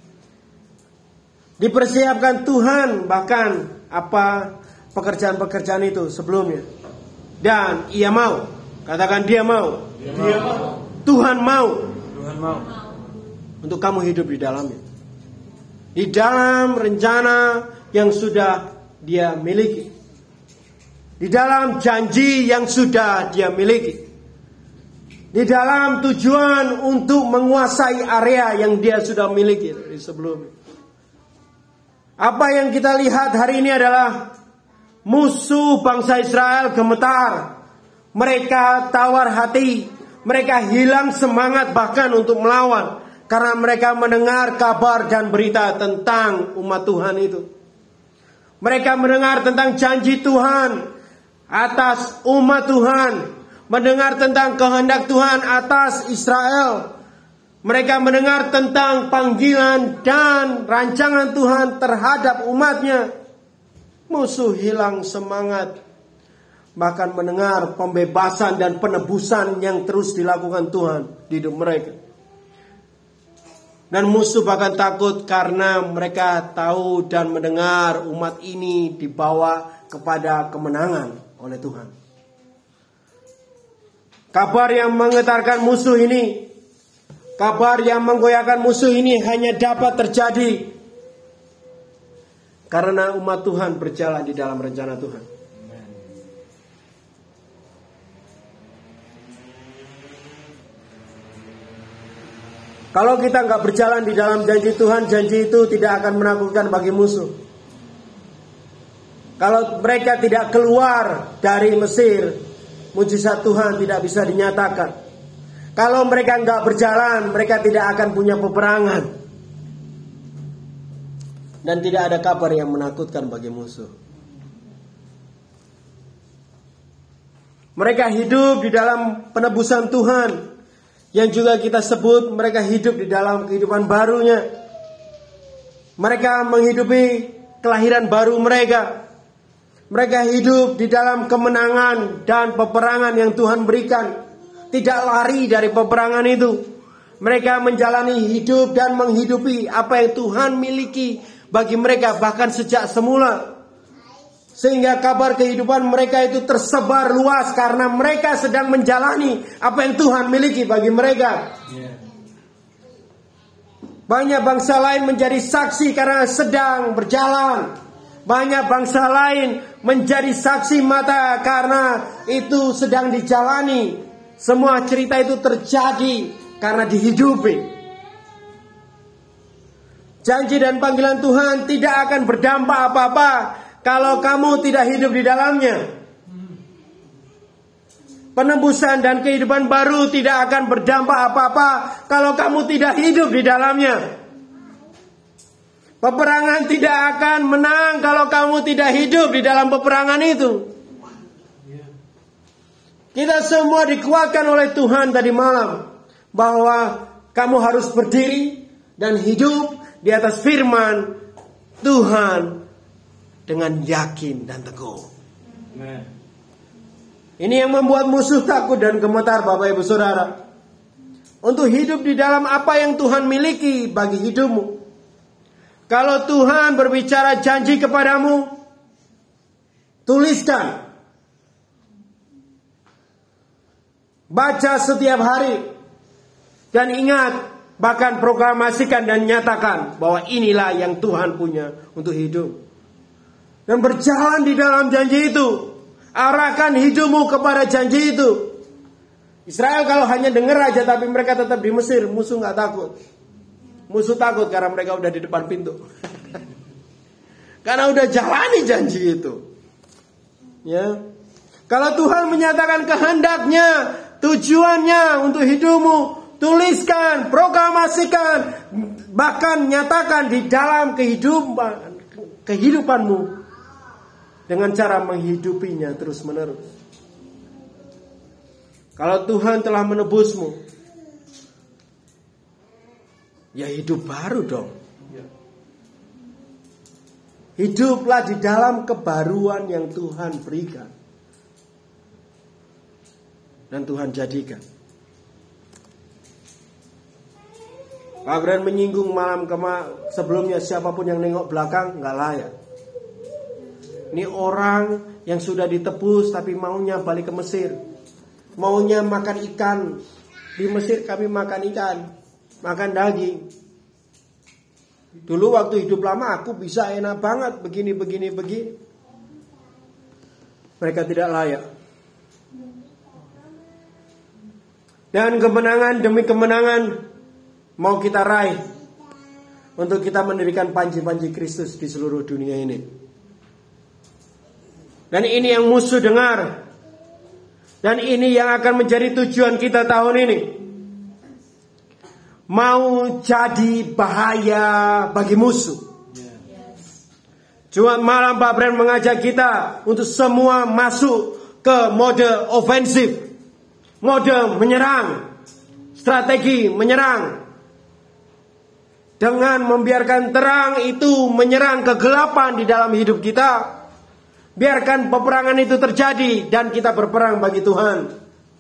Dipersiapkan Tuhan bahkan apa pekerjaan-pekerjaan itu sebelumnya. Dan ia mau. Katakan dia mau.
Dia mau.
Tuhan mau.
Tuhan mau.
Untuk kamu hidup di dalamnya. Di dalam rencana yang sudah dia miliki. Di dalam janji yang sudah dia miliki. Di dalam tujuan untuk menguasai area yang dia sudah miliki dari sebelumnya. Apa yang kita lihat hari ini adalah musuh bangsa Israel gemetar. Mereka tawar hati. Mereka hilang semangat bahkan untuk melawan. Karena mereka mendengar kabar dan berita tentang umat Tuhan itu. Mereka mendengar tentang janji Tuhan atas umat Tuhan. Mendengar tentang kehendak Tuhan atas Israel. Mereka mendengar tentang panggilan dan rancangan Tuhan terhadap umatnya. Musuh hilang semangat. Bahkan mendengar pembebasan dan penebusan yang terus dilakukan Tuhan di hidup mereka. Dan musuh bahkan takut karena mereka tahu dan mendengar umat ini dibawa kepada kemenangan oleh Tuhan. Kabar yang menggetarkan musuh ini, kabar yang menggoyahkan musuh ini hanya dapat terjadi karena umat Tuhan berjalan di dalam rencana Tuhan. Kalau kita nggak berjalan di dalam janji Tuhan, janji itu tidak akan menakutkan bagi musuh. Kalau mereka tidak keluar dari Mesir, mujizat Tuhan tidak bisa dinyatakan. Kalau mereka nggak berjalan, mereka tidak akan punya peperangan. Dan tidak ada kabar yang menakutkan bagi musuh. Mereka hidup di dalam penebusan Tuhan, yang juga kita sebut mereka hidup di dalam kehidupan barunya. Mereka menghidupi kelahiran baru mereka. Mereka hidup di dalam kemenangan dan peperangan yang Tuhan berikan. Tidak lari dari peperangan itu. Mereka menjalani hidup dan menghidupi apa yang Tuhan miliki bagi mereka bahkan sejak semula. Sehingga kabar kehidupan mereka itu tersebar luas karena mereka sedang menjalani apa yang Tuhan miliki bagi mereka. Banyak bangsa lain menjadi saksi karena sedang berjalan. Banyak bangsa lain menjadi saksi mata karena itu sedang dijalani. Semua cerita itu terjadi karena dihidupi. Janji dan panggilan Tuhan tidak akan berdampak apa-apa kalau kamu tidak hidup di dalamnya. Penebusan dan kehidupan baru tidak akan berdampak apa-apa kalau kamu tidak hidup di dalamnya. Peperangan tidak akan menang kalau kamu tidak hidup di dalam peperangan itu. Kita semua dikuatkan oleh Tuhan tadi malam bahwa kamu harus berdiri dan hidup di atas firman Tuhan dengan yakin dan teguh.
Amen.
Ini yang membuat musuh takut dan gemetar, Bapak Ibu Saudara. Untuk hidup di dalam apa yang Tuhan miliki bagi hidupmu. Kalau Tuhan berbicara janji kepadamu, tuliskan. Baca setiap hari. Dan ingat, bahkan proklamasikan dan nyatakan bahwa inilah yang Tuhan punya untuk hidup. Dan berjalan di dalam janji itu. Arahkan hidupmu kepada janji itu. Israel kalau hanya dengar aja tapi mereka tetap di Mesir, musuh gak takut. Musuh takut karena mereka udah di depan pintu. Karena udah jalani janji itu. Ya. Kalau Tuhan menyatakan kehendaknya, tujuannya untuk hidupmu, tuliskan, proklamasikan, bahkan nyatakan di dalam kehidupan kehidupanmu dengan cara menghidupinya terus menerus. Kalau Tuhan telah menebusmu, ya hidup baru dong. Hiduplah di dalam kebaruan yang Tuhan berikan dan Tuhan jadikan. Pak Bran menyinggung malam kema sebelumnya, siapapun yang nengok belakang nggak layak. Ini orang yang sudah ditebus tapi maunya balik ke Mesir, maunya makan ikan. Di Mesir kami makan ikan, makan daging. Dulu waktu hidup lama aku bisa enak banget begini begini begini. Mereka tidak layak. Dan kemenangan demi kemenangan mau kita raih untuk kita mendirikan panji-panji Kristus di seluruh dunia ini. Dan ini yang musuh dengar. Dan ini yang akan menjadi tujuan kita tahun ini. Mau jadi bahaya bagi musuh. Jumat malam Pak Bran mengajak kita untuk semua masuk ke mode ofensif. Mode menyerang. Strategi menyerang. Dengan membiarkan terang itu menyerang kegelapan di dalam hidup kita. Biarkan peperangan itu terjadi dan kita berperang bagi Tuhan.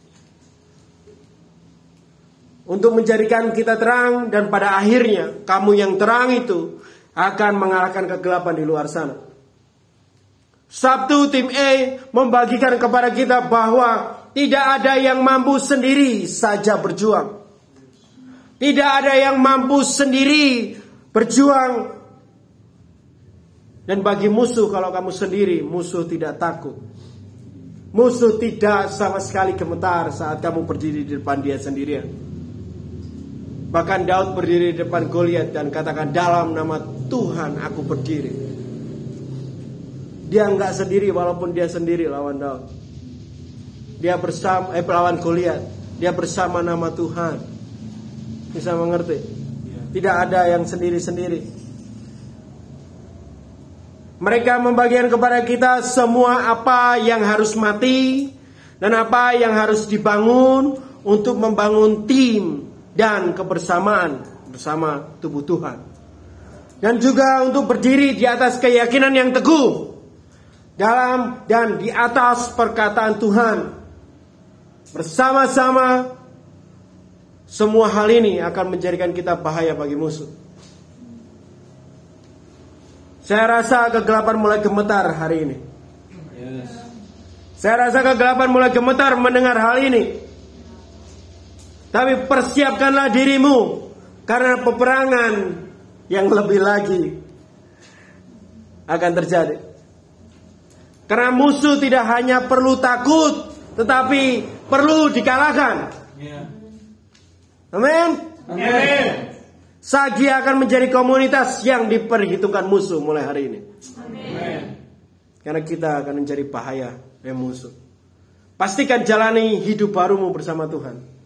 Untuk menjadikan kita terang dan pada akhirnya kamu yang terang itu akan mengalahkan kegelapan di luar sana. Sabtu tim A membagikan kepada kita bahwa tidak ada yang mampu sendiri saja berjuang. Tidak ada yang mampu sendiri berjuang. Dan bagi musuh, kalau kamu sendiri, musuh tidak takut. Musuh tidak sama sekali gemetar saat kamu berdiri di depan dia sendirian. Bahkan Daud berdiri di depan Goliat dan katakan, dalam nama Tuhan aku berdiri. Dia enggak sendiri walaupun dia sendiri lawan Daud. Dia bersama eh lawan Goliat. Dia bersama nama Tuhan. Bisa mengerti? Tidak ada yang sendiri-sendiri. Mereka membagikan kepada kita semua apa yang harus mati dan apa yang harus dibangun untuk membangun tim dan kebersamaan bersama tubuh Tuhan. Dan juga untuk berdiri di atas keyakinan yang teguh dalam dan di atas perkataan Tuhan. Bersama-sama, semua hal ini akan menjadikan kita bahaya bagi musuh. Saya rasa kegelapan mulai gemetar hari ini.
Yes.
Saya rasa kegelapan mulai gemetar mendengar hal ini. Tapi persiapkanlah dirimu, karena peperangan yang lebih lagi akan terjadi. Karena musuh tidak hanya perlu takut, tetapi perlu dikalahkan.
Yeah.
Amin.
Amin.
Sagi akan menjadi komunitas yang diperhitungkan musuh mulai hari ini.
Amin.
Karena kita akan menjadi bahaya bagi musuh. Pastikan jalani hidup barumu bersama Tuhan.